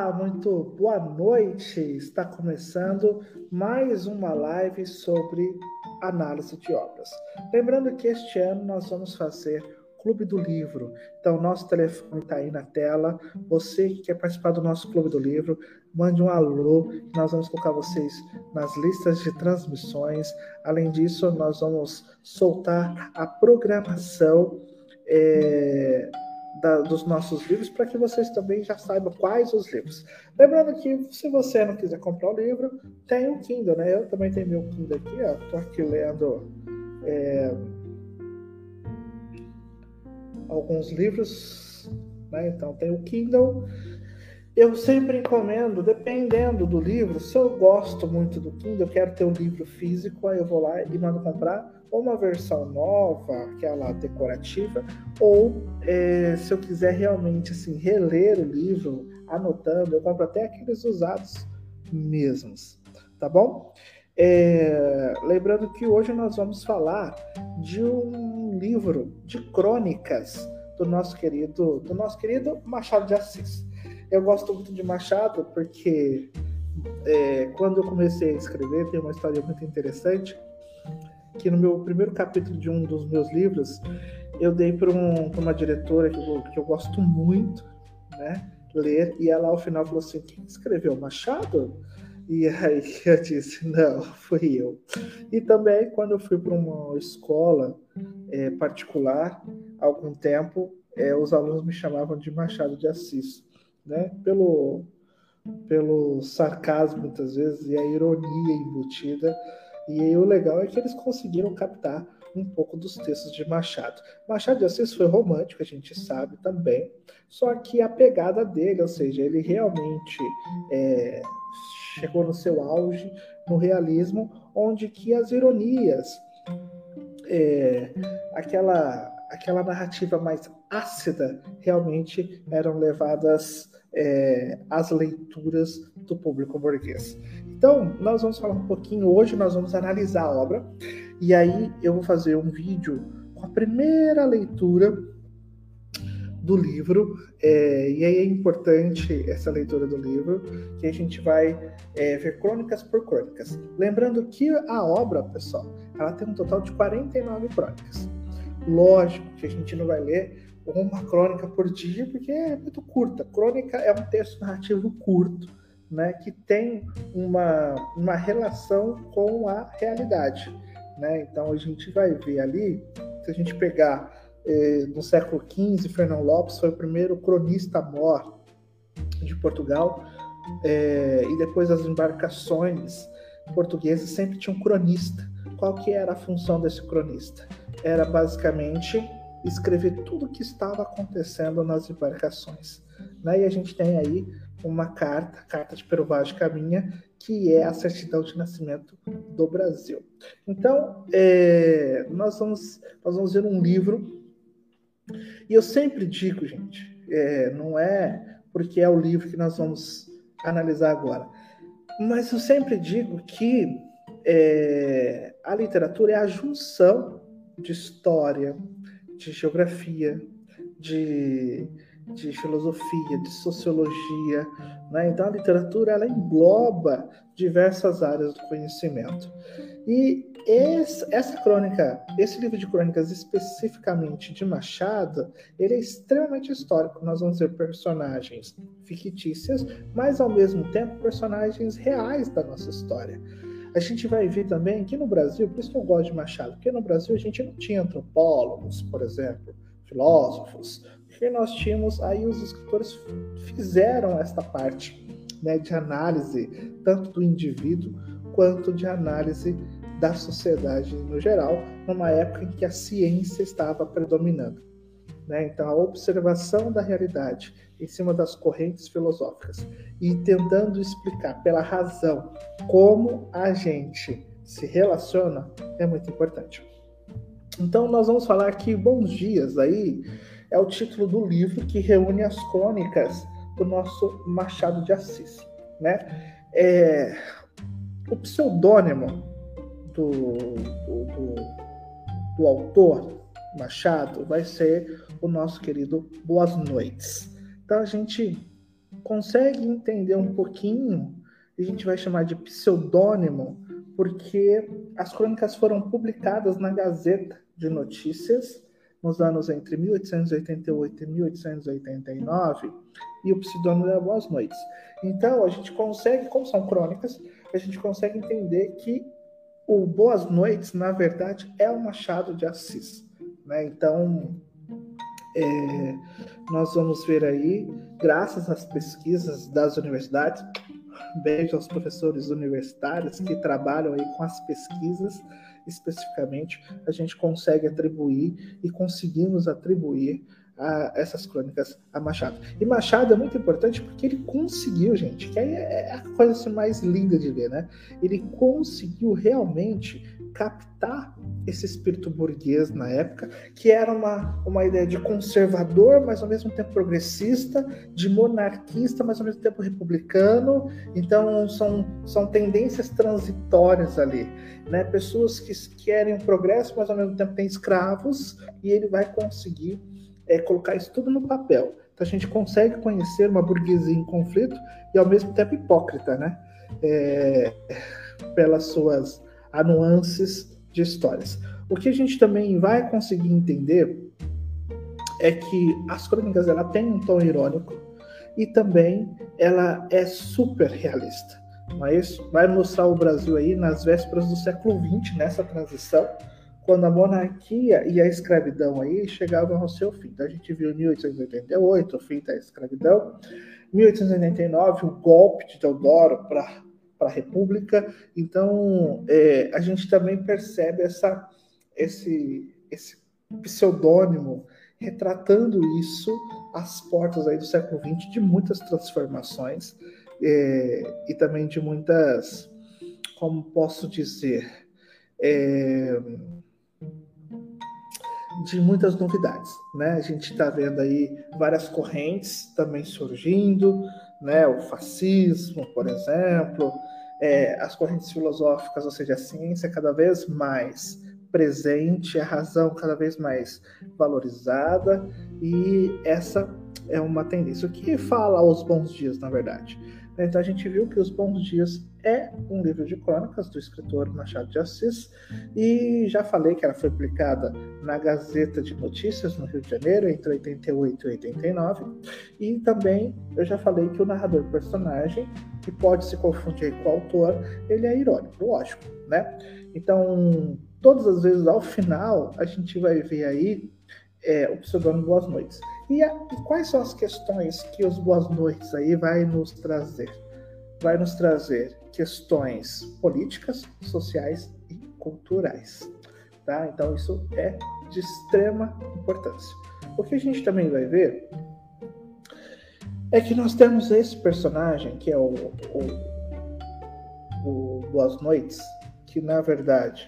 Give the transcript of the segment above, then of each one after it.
Olá, muito boa noite. Está começando mais uma live sobre análise de obras. Lembrando que este ano nós vamos fazer Clube do Livro. Então, nosso telefone está aí na tela. Você que quer participar do nosso Clube do Livro, mande um alô. Nós vamos colocar vocês nas listas de transmissões. Além disso, nós vamos soltar a programação dos nossos livros, para que vocês também já saibam quais os livros. Lembrando que, se você não quiser comprar o livro, tem o Kindle, né? Eu também tenho meu Kindle aqui, ó. Tô aqui lendo alguns livros, né? Então tem o Kindle. Eu sempre encomendo, dependendo do livro. Se eu gosto muito do Kindle, eu quero ter um livro físico, aí eu vou lá e mando comprar ou uma versão nova, aquela decorativa, ou se eu quiser realmente assim, reler o livro, anotando, eu compro até aqueles usados mesmos, tá bom? Lembrando que hoje nós vamos falar de um livro de crônicas do nosso querido Machado de Assis. Eu gosto muito de Machado porque quando eu comecei a escrever, tem uma história muito interessante, que no meu primeiro capítulo de um dos meus livros, eu dei para uma diretora que eu gosto muito, né, ler, e ela ao final falou assim: quem escreveu, Machado? E aí eu disse: não, fui eu. E também quando eu fui para uma escola particular, há algum tempo, os alunos me chamavam de Machado de Assis, né, pelo sarcasmo muitas vezes e a ironia embutida. E aí, o legal é que eles conseguiram captar um pouco dos textos de Machado. Machado de Assis foi romântico, a gente sabe também, só que a pegada dele, ou seja, ele realmente chegou no seu auge no realismo, onde que as ironias, aquela narrativa mais ácida, realmente eram levadas às leituras do público burguês. Então, nós vamos falar um pouquinho, hoje nós vamos analisar a obra, e aí eu vou fazer um vídeo com a primeira leitura do livro, e aí é importante essa leitura do livro, que a gente vai ver crônicas por crônicas. Lembrando que a obra, pessoal, ela tem um total de 49 crônicas. Lógico que a gente não vai ler uma crônica por dia, porque é muito curta. Crônica é um texto narrativo curto, né, que tem uma relação com a realidade, né? Então a gente vai ver ali, se a gente pegar no século XV, Fernão Lopes foi o primeiro cronista-mor de Portugal, e depois as embarcações portuguesas sempre tinham um cronista. Qual que era a função desse cronista? Era basicamente escrever tudo o que estava acontecendo nas embarcações, né? E a gente tem aí uma carta de Pero Vaz de Caminha, que é a certidão de nascimento do Brasil. Então, nós vamos ver um livro, e eu sempre digo, gente, não é porque é o livro que nós vamos analisar agora, mas eu sempre digo que a literatura é a junção de história, de geografia, de filosofia, de sociologia, né? Então a literatura, ela engloba diversas áreas do conhecimento. E essa crônica, esse livro de crônicas especificamente de Machado, ele é extremamente histórico. Nós vamos ver personagens fictícias, mas ao mesmo tempo personagens reais da nossa história. A gente vai ver também que no Brasil, por isso que eu gosto de Machado, porque no Brasil a gente não tinha antropólogos, por exemplo, filósofos, porque nós tínhamos, aí os escritores fizeram esta parte, né, de análise tanto do indivíduo quanto de análise da sociedade no geral, numa época em que a ciência estava predominando, né? Então, a observação da realidade em cima das correntes filosóficas e tentando explicar pela razão como a gente se relaciona é muito importante. Então, nós vamos falar aqui Bons Dias, aí é o título do livro que reúne as crônicas do nosso Machado de Assis, né? O pseudônimo do autor Machado vai ser o nosso querido Boas Noites. Então a gente consegue entender um pouquinho, a gente vai chamar de pseudônimo, porque as crônicas foram publicadas na Gazeta de Notícias nos anos entre 1888 e 1889, e o pseudônimo era Boas Noites. Então, a gente consegue, como são crônicas, a gente consegue entender que o Boas Noites, na verdade, é o Machado de Assis, né? Então, nós vamos ver aí, graças às pesquisas das universidades, beijo aos professores universitários que trabalham aí com as pesquisas especificamente, a gente consegue atribuir e conseguimos atribuir essas crônicas a Machado. E Machado é muito importante porque ele conseguiu, gente, que é a coisa assim, mais linda de ver, né? Ele conseguiu realmente captar esse espírito burguês na época, que era uma ideia de conservador, mas ao mesmo tempo progressista, de monarquista, mas ao mesmo tempo republicano. Então são tendências transitórias ali, né? Pessoas que querem o progresso, mas ao mesmo tempo têm escravos, e ele vai conseguir colocar isso tudo no papel. Então a gente consegue conhecer uma burguesia em conflito e ao mesmo tempo hipócrita, né? Pelas suas nuances de histórias. O que a gente também vai conseguir entender é que as crônicas ela tem um tom irônico e também ela é super realista. Não é isso? Vai mostrar o Brasil aí nas vésperas do século XX, nessa transição, quando a monarquia e a escravidão aí chegavam ao seu fim. Então a gente viu em 1888 o fim da escravidão, 1889 o golpe de Deodoro para a República. Então a gente também percebe esse pseudônimo retratando isso às portas aí do século XX, de muitas transformações e também de muitas, como posso dizer, de muitas novidades, né? A gente está vendo aí várias correntes também surgindo, né? O fascismo, por exemplo, as correntes filosóficas, ou seja, a ciência cada vez mais presente, a razão cada vez mais valorizada, e essa é uma tendência. O que fala aos bons dias, na verdade? Então a gente viu que Os Bons Dias é um livro de crônicas do escritor Machado de Assis, e já falei que ela foi publicada na Gazeta de Notícias no Rio de Janeiro entre 88 e 89, e também eu já falei que o narrador personagem, que pode se confundir com o autor, ele é irônico, lógico, né? Então todas as vezes ao final a gente vai ver aí o pseudônimo Boas Noites. E quais são as questões que os Boas Noites aí vai nos trazer? Vai nos trazer questões políticas, sociais e culturais, tá? Então isso é de extrema importância. O que a gente também vai ver é que nós temos esse personagem, que é o Boas Noites, que na verdade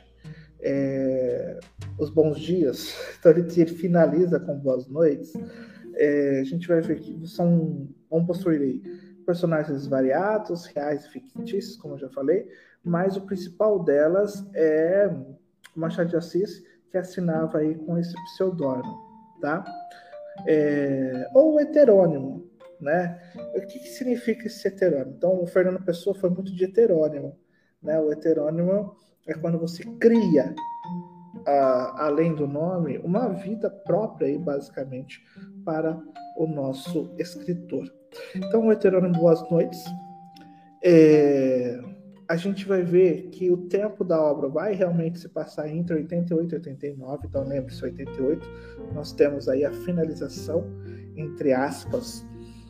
Os Bons Dias, então ele finaliza com Boas Noites. A gente vai ver que vamos possuir aí personagens variados, reais e fictícios, como eu já falei, mas o principal delas é o Machado de Assis, que assinava aí com esse pseudônimo, tá? Ou heterônimo, né? O que significa esse heterônimo? Então, o Fernando Pessoa foi muito de heterônimo, né? O heterônimo é quando você cria, além do nome, uma vida própria, aí, basicamente, para o nosso escritor. Então, o heterônimo Boas Noites, a gente vai ver que o tempo da obra vai realmente se passar entre 88 e 89, então lembre-se, 88, nós temos aí a finalização, entre aspas,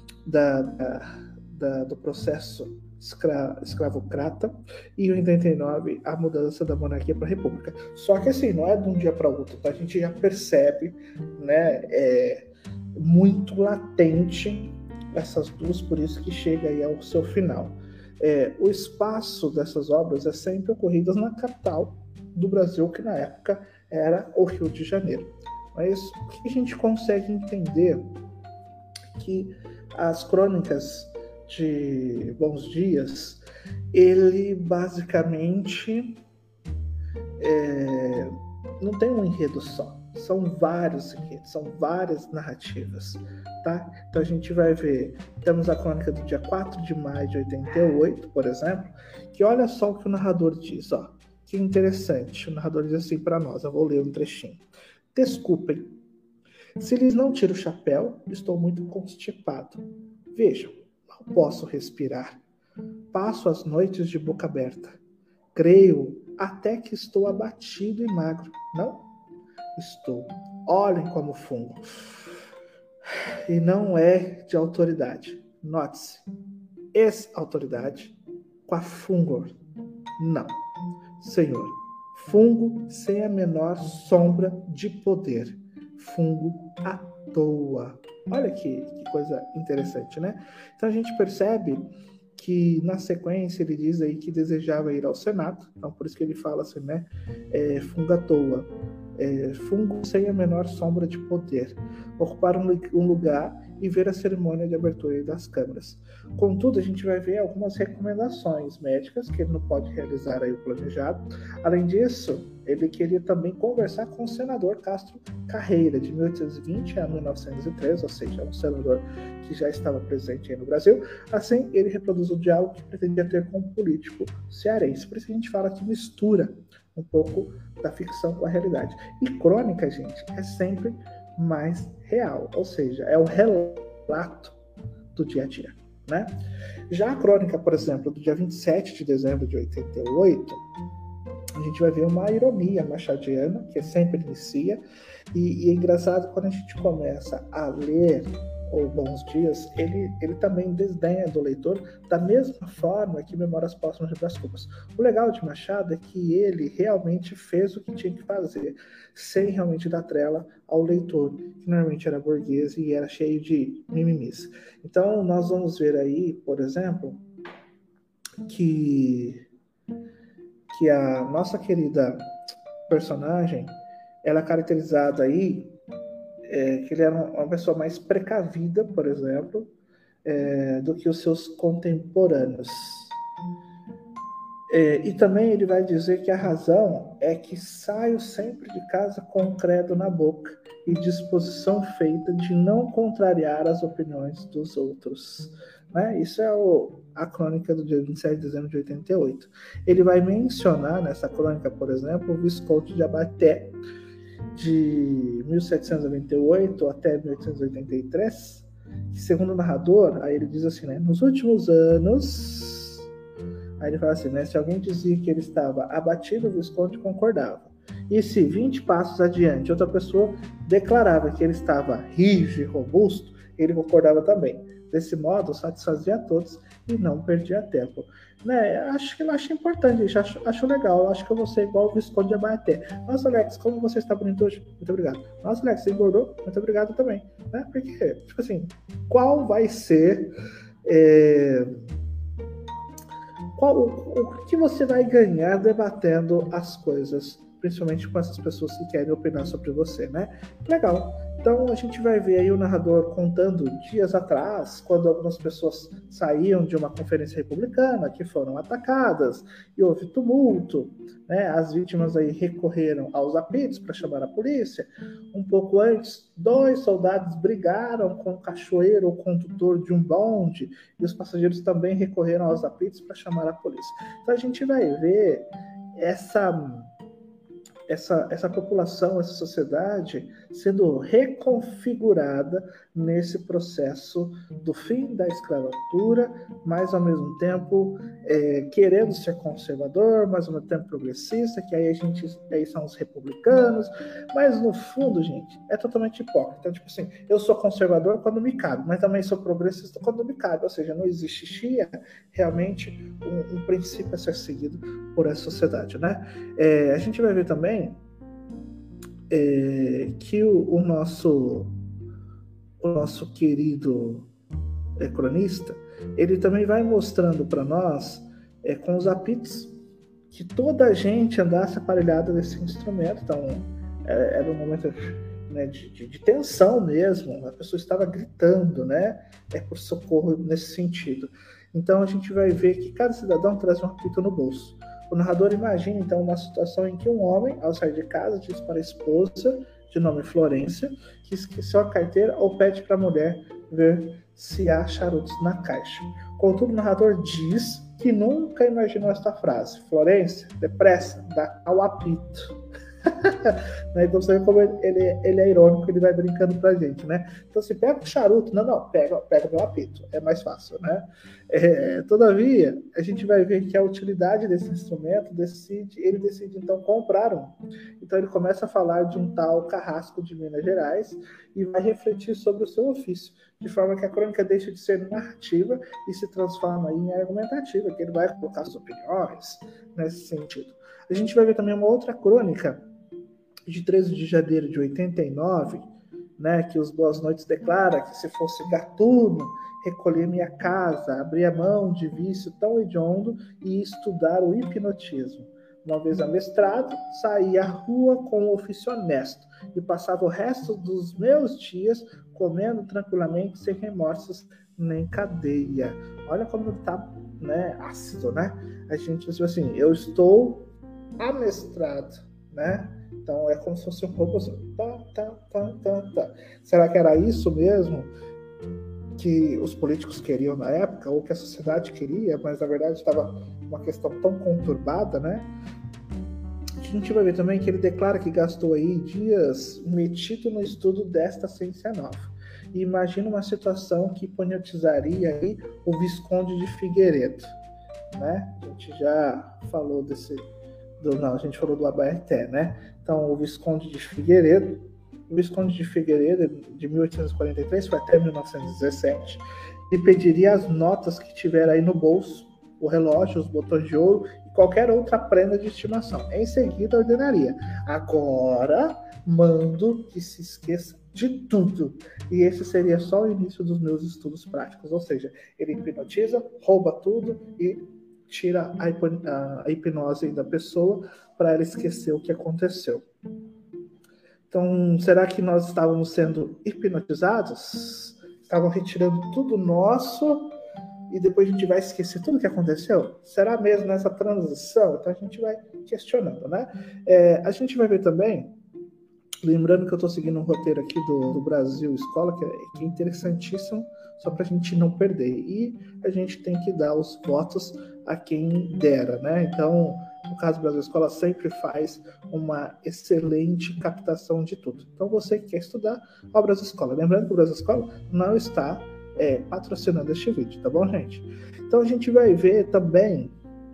do processo escravocrata, e em 89 a mudança da monarquia para a república. Só que assim, não é de um dia para o outro, tá? A gente já percebe, né, muito latente essas duas, por isso que chega aí ao seu final. O espaço dessas obras é sempre ocorridas na capital do Brasil, que na época era o Rio de Janeiro. Mas o que a gente consegue entender que as crônicas de Bons Dias, ele basicamente não tem um enredo só, são vários enredos, são várias narrativas, tá? Então a gente vai ver, temos a crônica do dia 4 de maio de 88, por exemplo, que olha só o que o narrador diz, ó, que interessante, o narrador diz assim para nós, eu vou ler um trechinho. Desculpem, se lhes não tiro o chapéu, estou muito constipado. Vejam, não posso respirar. Passo as noites de boca aberta. Creio até que estou abatido e magro. Não? Estou. Olhem como fungo. E não é de autoridade. Note-se. Ex-autoridade com a fungor. Não. Senhor, fungo sem a menor sombra de poder. Fungo à toa. Olha que coisa interessante, né? Então a gente percebe que na sequência ele diz aí que desejava ir ao Senado, então por isso que ele fala assim, né? Fungo à toa. Fungo sem a menor sombra de poder. Ocupar um lugar e ver a cerimônia de abertura das câmaras. Contudo, a gente vai ver algumas recomendações médicas que ele não pode realizar aí o planejado. Além disso, ele queria também conversar com o senador Castro Carreira, de 1820 a 1903, ou seja, um senador que já estava presente aí no Brasil. Assim, ele reproduz o diálogo que pretendia ter com um político cearense. Por isso que a gente fala que mistura um pouco da ficção com a realidade. E crônica, gente, é sempre mais real, ou seja, é o relato do dia a dia, né? Já a crônica, por exemplo, do dia 27 de dezembro de 88, a gente vai ver uma ironia machadiana, que sempre inicia, e é engraçado quando a gente começa a ler ou Bons Dias, ele também desdenha do leitor da mesma forma que Memórias Póstumas de Brás Cubas. O legal de Machado é que ele realmente fez o que tinha que fazer, sem realmente dar trela ao leitor, que normalmente era burguês e era cheio de mimimis. Então, nós vamos ver aí, por exemplo, que a nossa querida personagem, ela é caracterizada aí que ele era uma pessoa mais precavida, por exemplo, do que os seus contemporâneos. E também ele vai dizer que a razão é que saio sempre de casa com o credo na boca e disposição feita de não contrariar as opiniões dos outros. Né? Isso é a crônica do dia 27 de dezembro de 88. Ele vai mencionar nessa crônica, por exemplo, o Visconde de Abaté, de 1798 até 1883, que segundo o narrador, aí ele diz assim, né, nos últimos anos, aí ele fala assim, né, se alguém dizia que ele estava abatido, o Visconde concordava. E se 20 passos adiante outra pessoa declarava que ele estava rígido e robusto, ele concordava também. Desse modo, satisfazia a todos e não perdia tempo. Né? Acho importante, acho legal. Acho que eu vou ser igual o Visconde de Abaté. Nossa, Alex, como você está bonito hoje? Muito obrigado. Nossa, Alex, você engordou? Muito obrigado também. Né? Porque, tipo assim, qual vai ser... o que você vai ganhar debatendo as coisas, principalmente com essas pessoas que querem opinar sobre você, né? Legal. Então a gente vai ver aí o narrador contando dias atrás, quando algumas pessoas saíam de uma conferência republicana que foram atacadas e houve tumulto, né? As vítimas aí recorreram aos apitos para chamar a polícia. Um pouco antes, 2 soldados brigaram com o cachoeiro, o condutor de um bonde, e os passageiros também recorreram aos apitos para chamar a polícia. Então a gente vai ver essa população, essa sociedade sendo reconfigurada nesse processo do fim da escravatura, mas ao mesmo tempo querendo ser conservador, mas ao mesmo tempo progressista, que aí são os republicanos, mas no fundo, gente, é totalmente hipócrita. Então, tipo assim, eu sou conservador quando me cabe, mas também sou progressista quando me cabe, ou seja, não existia realmente um princípio a ser seguido por essa sociedade, né? A gente vai ver também que o nosso querido cronista, ele também vai mostrando para nós, com os apitos, que toda a gente andasse aparelhada desse instrumento. Então, era um momento, né, de tensão mesmo, a pessoa estava gritando, né, por socorro nesse sentido. Então, a gente vai ver que cada cidadão traz um apito no bolso. O narrador imagina, então, uma situação em que um homem, ao sair de casa, diz para a esposa, de nome Florência, que esqueceu a carteira ou pede para a mulher ver se há charutos na caixa. Contudo, o narrador diz que nunca imaginou esta frase. Florência, depressa, dá ao apito. Então você vê como ele é irônico, ele vai brincando pra gente, né? Então se pega o charuto, não, pega meu apito, é mais fácil, né? Todavia, a gente vai ver que a utilidade desse instrumento ele decide então comprar um. Então ele começa a falar de um tal Carrasco de Minas Gerais e vai refletir sobre o seu ofício, de forma que a crônica deixa de ser narrativa e se transforma em argumentativa, que ele vai colocar suas opiniões nesse sentido. A gente vai ver também uma outra crônica de 13 de janeiro de 89, né, que os Boas Noites declara que se fosse gatuno, recolher minha casa, abrir a mão de vício tão hediondo e estudar o hipnotismo. Uma vez amestrado, saí à rua com um ofício honesto e passava o resto dos meus dias comendo tranquilamente, sem remorsos nem cadeia. Olha como está, né, ácido, né? A gente diz assim, eu estou amestrado, né? Então é como se fosse um robô. Tá. Será que era isso mesmo que os políticos queriam na época, ou que a sociedade queria, mas na verdade estava uma questão tão conturbada, né? A gente vai ver também que ele declara que gastou aí dias metido no estudo desta ciência nova. E imagina uma situação que hipnotizaria aí o Visconde de Figueiredo, né? A gente já falou a gente falou do Abaeté, né? Então, o Visconde de Figueiredo, de 1843, foi até 1917, e pediria as notas que tiver aí no bolso, o relógio, os botões de ouro e qualquer outra prenda de estimação. Em seguida, ordenaria: agora mando que se esqueça de tudo. E esse seria só o início dos meus estudos práticos. Ou seja, ele hipnotiza, rouba tudo e tira a hipnose da pessoa para ela esquecer o que aconteceu. Então, será que nós estávamos sendo hipnotizados? Estavam retirando tudo nosso e depois a gente vai esquecer tudo o que aconteceu? Será mesmo nessa transição? Então a gente vai questionando, né? A gente vai ver também, lembrando que eu estou seguindo um roteiro aqui do Brasil Escola, que é interessantíssimo, só para a gente não perder. E a gente tem que dar os votos a quem dera, né? Então, no caso do Brasil Escola, sempre faz uma excelente captação de tudo. Então, você que quer estudar, ó, o Brasil Escola. Lembrando que o Brasil Escola não está patrocinando este vídeo, tá bom, gente? Então, a gente vai ver também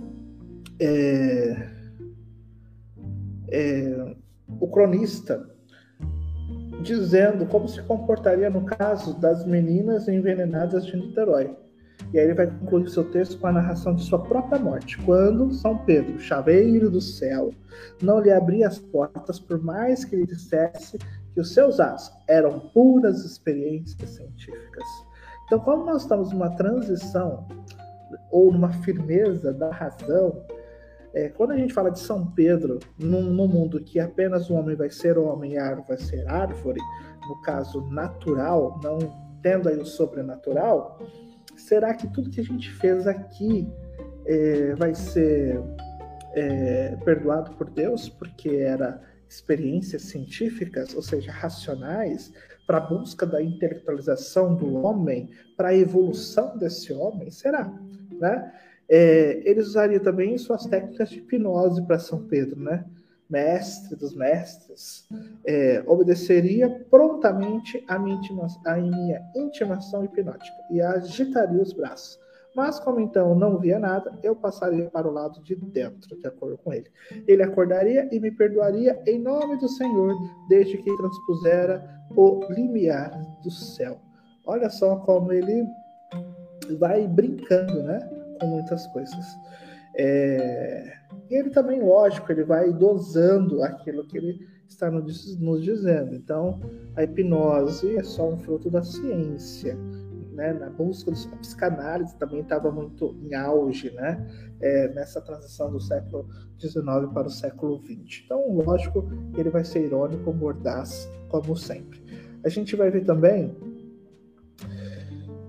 o cronista dizendo como se comportaria no caso das meninas envenenadas de Niterói. E aí ele vai concluir seu texto com a narração de sua própria morte, quando São Pedro, chaveiro do céu, não lhe abria as portas, por mais que ele dissesse que os seus atos eram puras experiências científicas. Então, como nós estamos numa transição, ou numa firmeza da razão, quando a gente fala de São Pedro, num mundo que apenas o homem vai ser homem e a árvore vai ser árvore, no caso natural, não tendo aí o sobrenatural, será que tudo que a gente fez aqui vai ser perdoado por Deus porque era experiências científicas, ou seja, racionais, para a busca da intelectualização do homem, para a evolução desse homem? Será? Né? Eles usariam também suas técnicas de hipnose para São Pedro, né? Mestre dos mestres, obedeceria prontamente a minha intimação hipnótica e agitaria os braços. Mas, como então não via nada, eu passaria para o lado de dentro, de acordo com ele. Ele acordaria e me perdoaria em nome do Senhor, desde que transpusera o limiar do céu. Olha só como ele vai brincando, né, com muitas coisas. E ele também, lógico, ele vai dosando aquilo que ele está nos dizendo. Então, a hipnose é só um fruto da ciência, né? Na busca da psicanálise também estava muito em auge, né? Nessa transição do século XIX para o século XX. Então, lógico, ele vai ser irônico, mordaz, como sempre. A gente vai ver também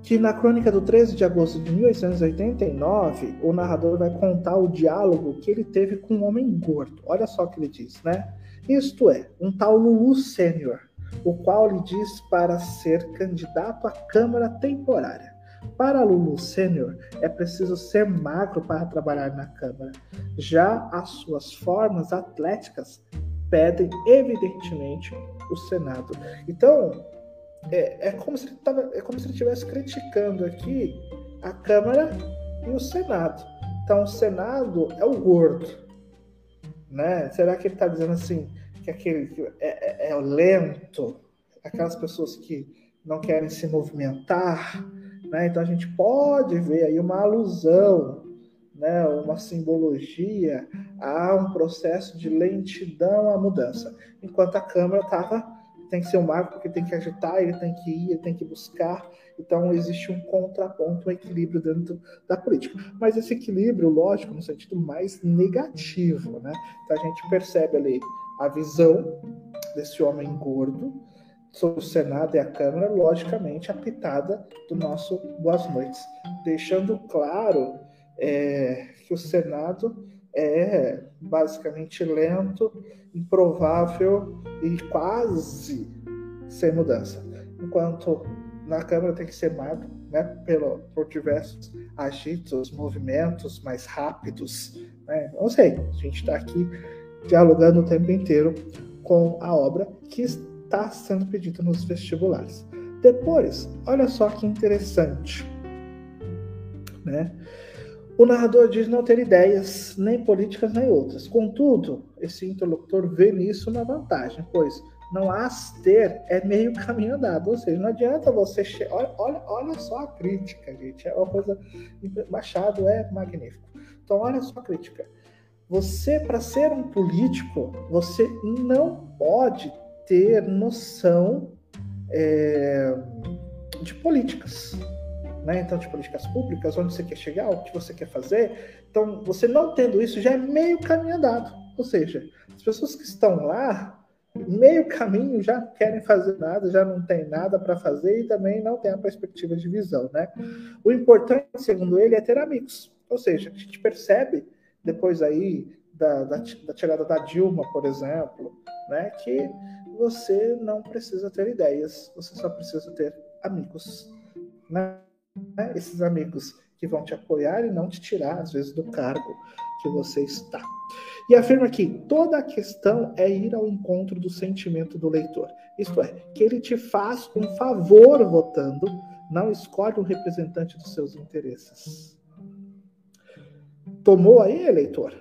que na crônica do 13 de agosto de 1889, o narrador vai contar o diálogo que ele teve com um homem gordo. Olha só o que ele diz, né? Isto é, um tal Lulu Sênior, o qual lhe diz para ser candidato à Câmara Temporária. Para Lulu Sênior, é preciso ser magro para trabalhar na Câmara. Já as suas formas atléticas pedem, evidentemente, o Senado. Então, é como se ele estivesse criticando aqui a Câmara e o Senado. Então, o Senado é o gordo, né? Será que ele está dizendo assim que aquele é lento, aquelas pessoas que não querem se movimentar, né? Então a gente pode ver aí uma alusão, né? Uma simbologia a um processo de lentidão à mudança, enquanto a Câmara tem que ser um magro porque tem que agitar, ele tem que ir, ele tem que buscar. Então existe um contraponto, um equilíbrio dentro da política. Mas esse equilíbrio, lógico, no sentido mais negativo, né? Então a gente percebe ali a visão desse homem gordo sobre o Senado e a Câmara, logicamente, a pitada do nosso Boas Noites, deixando claro que o Senado é basicamente lento, improvável e quase sem mudança. Enquanto na Câmara tem que ser magro, né, por diversos agitos, movimentos mais rápidos. Né? Não sei, a gente está aqui dialogando o tempo inteiro com a obra que está sendo pedida nos vestibulares. Depois, olha só que interessante, né? O narrador diz não ter ideias, nem políticas, nem outras. Contudo, esse interlocutor vê nisso uma vantagem, pois não as ter é meio caminho andado. Ou seja, não adianta você... Olha só a crítica, gente. É uma coisa... Machado é magnífico. Então, olha só a crítica. Você, para ser um político, você não pode ter noção de políticas. Né? Então, de políticas públicas, onde você quer chegar, o que você quer fazer. Então, você não tendo isso já é meio caminho andado. Ou seja, as pessoas que estão lá, meio caminho, já não querem fazer nada, já não tem nada para fazer e também não tem a perspectiva de visão. Né? O importante, segundo ele, é ter amigos. Ou seja, a gente percebe, depois aí da chegada da Dilma, por exemplo, né, que você não precisa ter ideias, você só precisa ter amigos. Né? Esses amigos que vão te apoiar e não te tirar, às vezes, do cargo que você está. E afirma que toda a questão é ir ao encontro do sentimento do leitor. Isto é, que ele te faz um favor votando, não escolhe um representante dos seus interesses. Tomou aí, eleitor?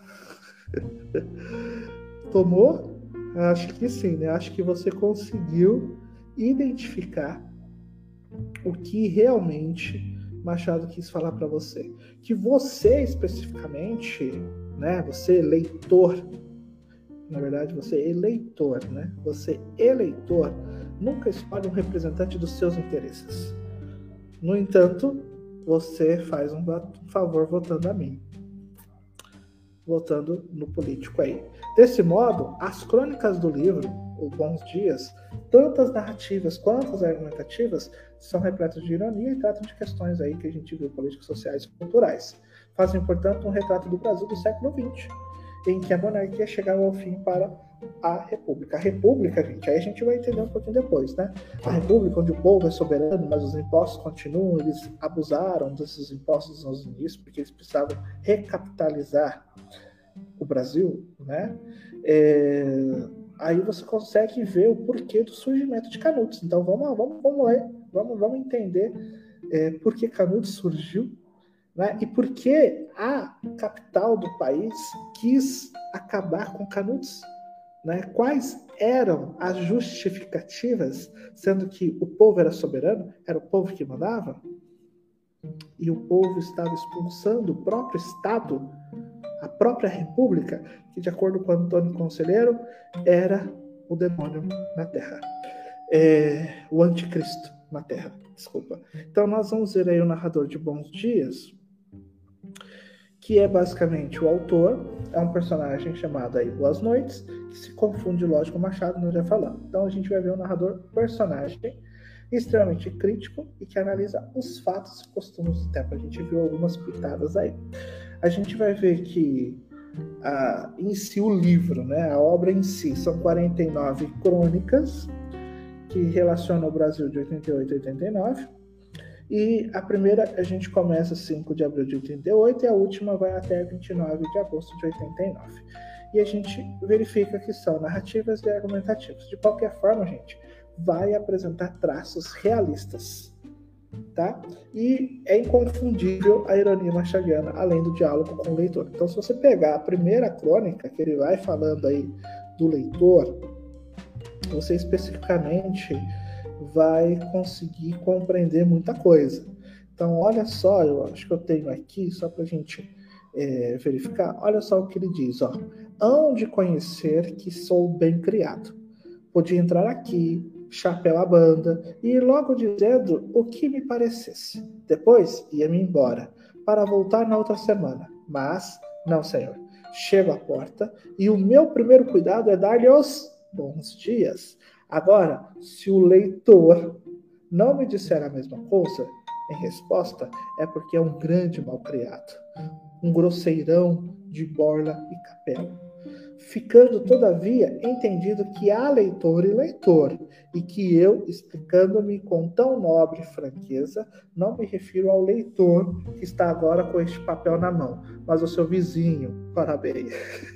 Tomou? Acho que sim, né? Acho que você conseguiu identificar o que realmente Machado quis falar para você. Que você especificamente, né, você eleitor, na verdade você eleitor, né? Você eleitor nunca escolhe um representante dos seus interesses. No entanto, você faz um favor votando a mim. Votando no político aí. Desse modo, as crônicas do livro, O Bons Dias, tanto as narrativas quanto as argumentativas, são repletas de ironia e tratam de questões aí que a gente viu, políticas sociais e culturais. Fazem, portanto, um retrato do Brasil do século XX, em que a monarquia chegava ao fim para a república. A república, gente, aí a gente vai entender um pouquinho depois, né? A república onde o povo é soberano, mas os impostos continuam, eles abusaram desses impostos nos inícios, porque eles precisavam recapitalizar o Brasil, né? Aí você consegue ver o porquê do surgimento de Canudos. Então vamos ler, vamos entender por que Canudos surgiu, né? E por que a capital do país quis acabar com Canudos, né? Quais eram as justificativas, sendo que o povo era soberano, era o povo que mandava, e o povo estava expulsando o próprio Estado, a própria república, que de acordo com Antônio Conselheiro, era o demônio na Terra. O anticristo na Terra, desculpa. Então nós vamos ver aí o narrador de Bons Dias, que é basicamente o autor, é um personagem chamado aí Boas Noites, que se confunde, lógico, com Machado, nós já falamos. Então a gente vai ver o narrador personagem, extremamente crítico e que analisa os fatos e costumes do tempo. A gente viu algumas pitadas aí. A gente vai ver que em si o livro, né, a obra em si, são 49 crônicas que relacionam o Brasil de 88 a 89. E a primeira a gente começa 5 de abril de 88 e a última vai até 29 de agosto de 89. E a gente verifica que são narrativas e argumentativas. De qualquer forma, gente, vai apresentar traços realistas, tá? E é inconfundível a ironia machadiana, além do diálogo com o leitor. Então, se você pegar a primeira crônica, que ele vai falando aí do leitor, você especificamente vai conseguir compreender muita coisa. Então, olha só, eu acho que eu tenho aqui, só para a gente verificar, olha só o que ele diz, ó. Hão de conhecer que sou bem criado. Podia entrar aqui, chapéu à banda, e ir logo dizendo o que me parecesse. Depois ia-me embora, para voltar na outra semana. Mas, não, senhor. Chego à porta, e o meu primeiro cuidado é dar-lhe os bons dias. Agora, se o leitor não me disser a mesma coisa, em resposta, é porque é um grande malcriado, um grosseirão de borla e capela. Ficando, todavia, entendido que há leitor e leitor, e que eu, explicando-me com tão nobre franqueza, não me refiro ao leitor que está agora com este papel na mão, mas ao seu vizinho, parabéns.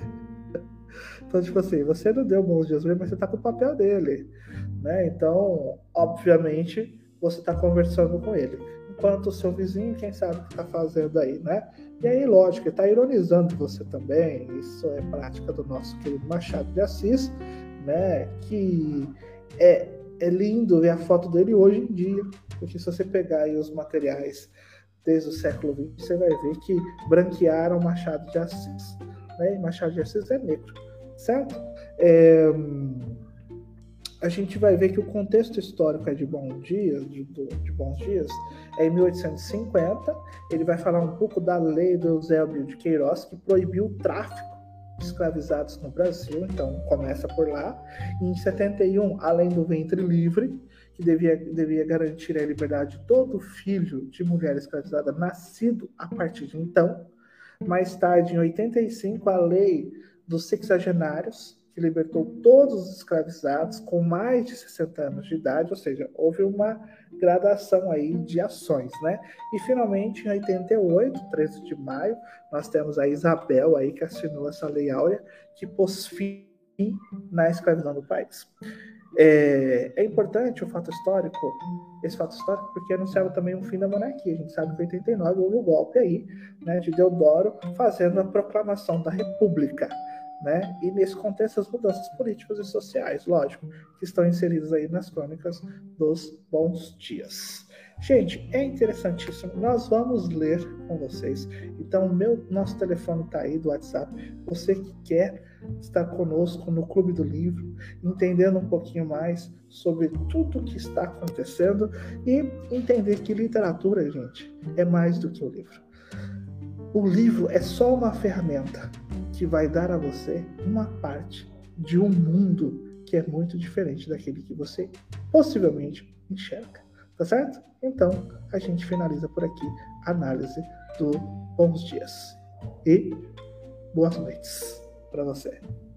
Então, tipo assim, você não deu bons dias, mas você está com o papel dele, né? Então, obviamente, você está conversando com ele. Enquanto o seu vizinho, quem sabe o que está fazendo aí, né? E aí, lógico, ele está ironizando você também. Isso é prática do nosso querido Machado de Assis, né? Que é lindo ver a foto dele hoje em dia, porque se você pegar aí os materiais desde o século XX, você vai ver que branquearam Machado de Assis, né? E Machado de Assis é negro, certo? A gente vai ver que o contexto histórico é de Bons Dias, é em 1850. Ele vai falar um pouco da lei do Eusébio de Queiroz, que proibiu o tráfico de escravizados no Brasil, então começa por lá. E em 71, além do ventre livre, que devia garantir a liberdade de todo filho de mulher escravizada nascido a partir de então. Mais tarde, em 85, a lei dos sexagenários, que libertou todos os escravizados com mais de 60 anos de idade, ou seja, houve uma gradação aí de ações, né? E finalmente, em 88, 13 de maio, nós temos a Isabel aí que assinou essa lei áurea que pôs fim na escravidão do país. É importante esse fato histórico, porque anunciava também o fim da monarquia. A gente sabe que em 89 houve o golpe aí, né, de Deodoro fazendo a proclamação da República, né? E nesse contexto as mudanças políticas e sociais, lógico, que estão inseridas aí nas crônicas dos Bons Dias. Gente, é interessantíssimo. Nós vamos ler com vocês. Então, nosso telefone está aí do WhatsApp. Você que quer estar conosco no Clube do Livro, entendendo um pouquinho mais sobre tudo o que está acontecendo e entender que literatura, gente, é mais do que o livro. O livro é só uma ferramenta que vai dar a você uma parte de um mundo que é muito diferente daquele que você possivelmente enxerga. Tá certo? Então, a gente finaliza por aqui a análise do Bons Dias. E boas noites para você.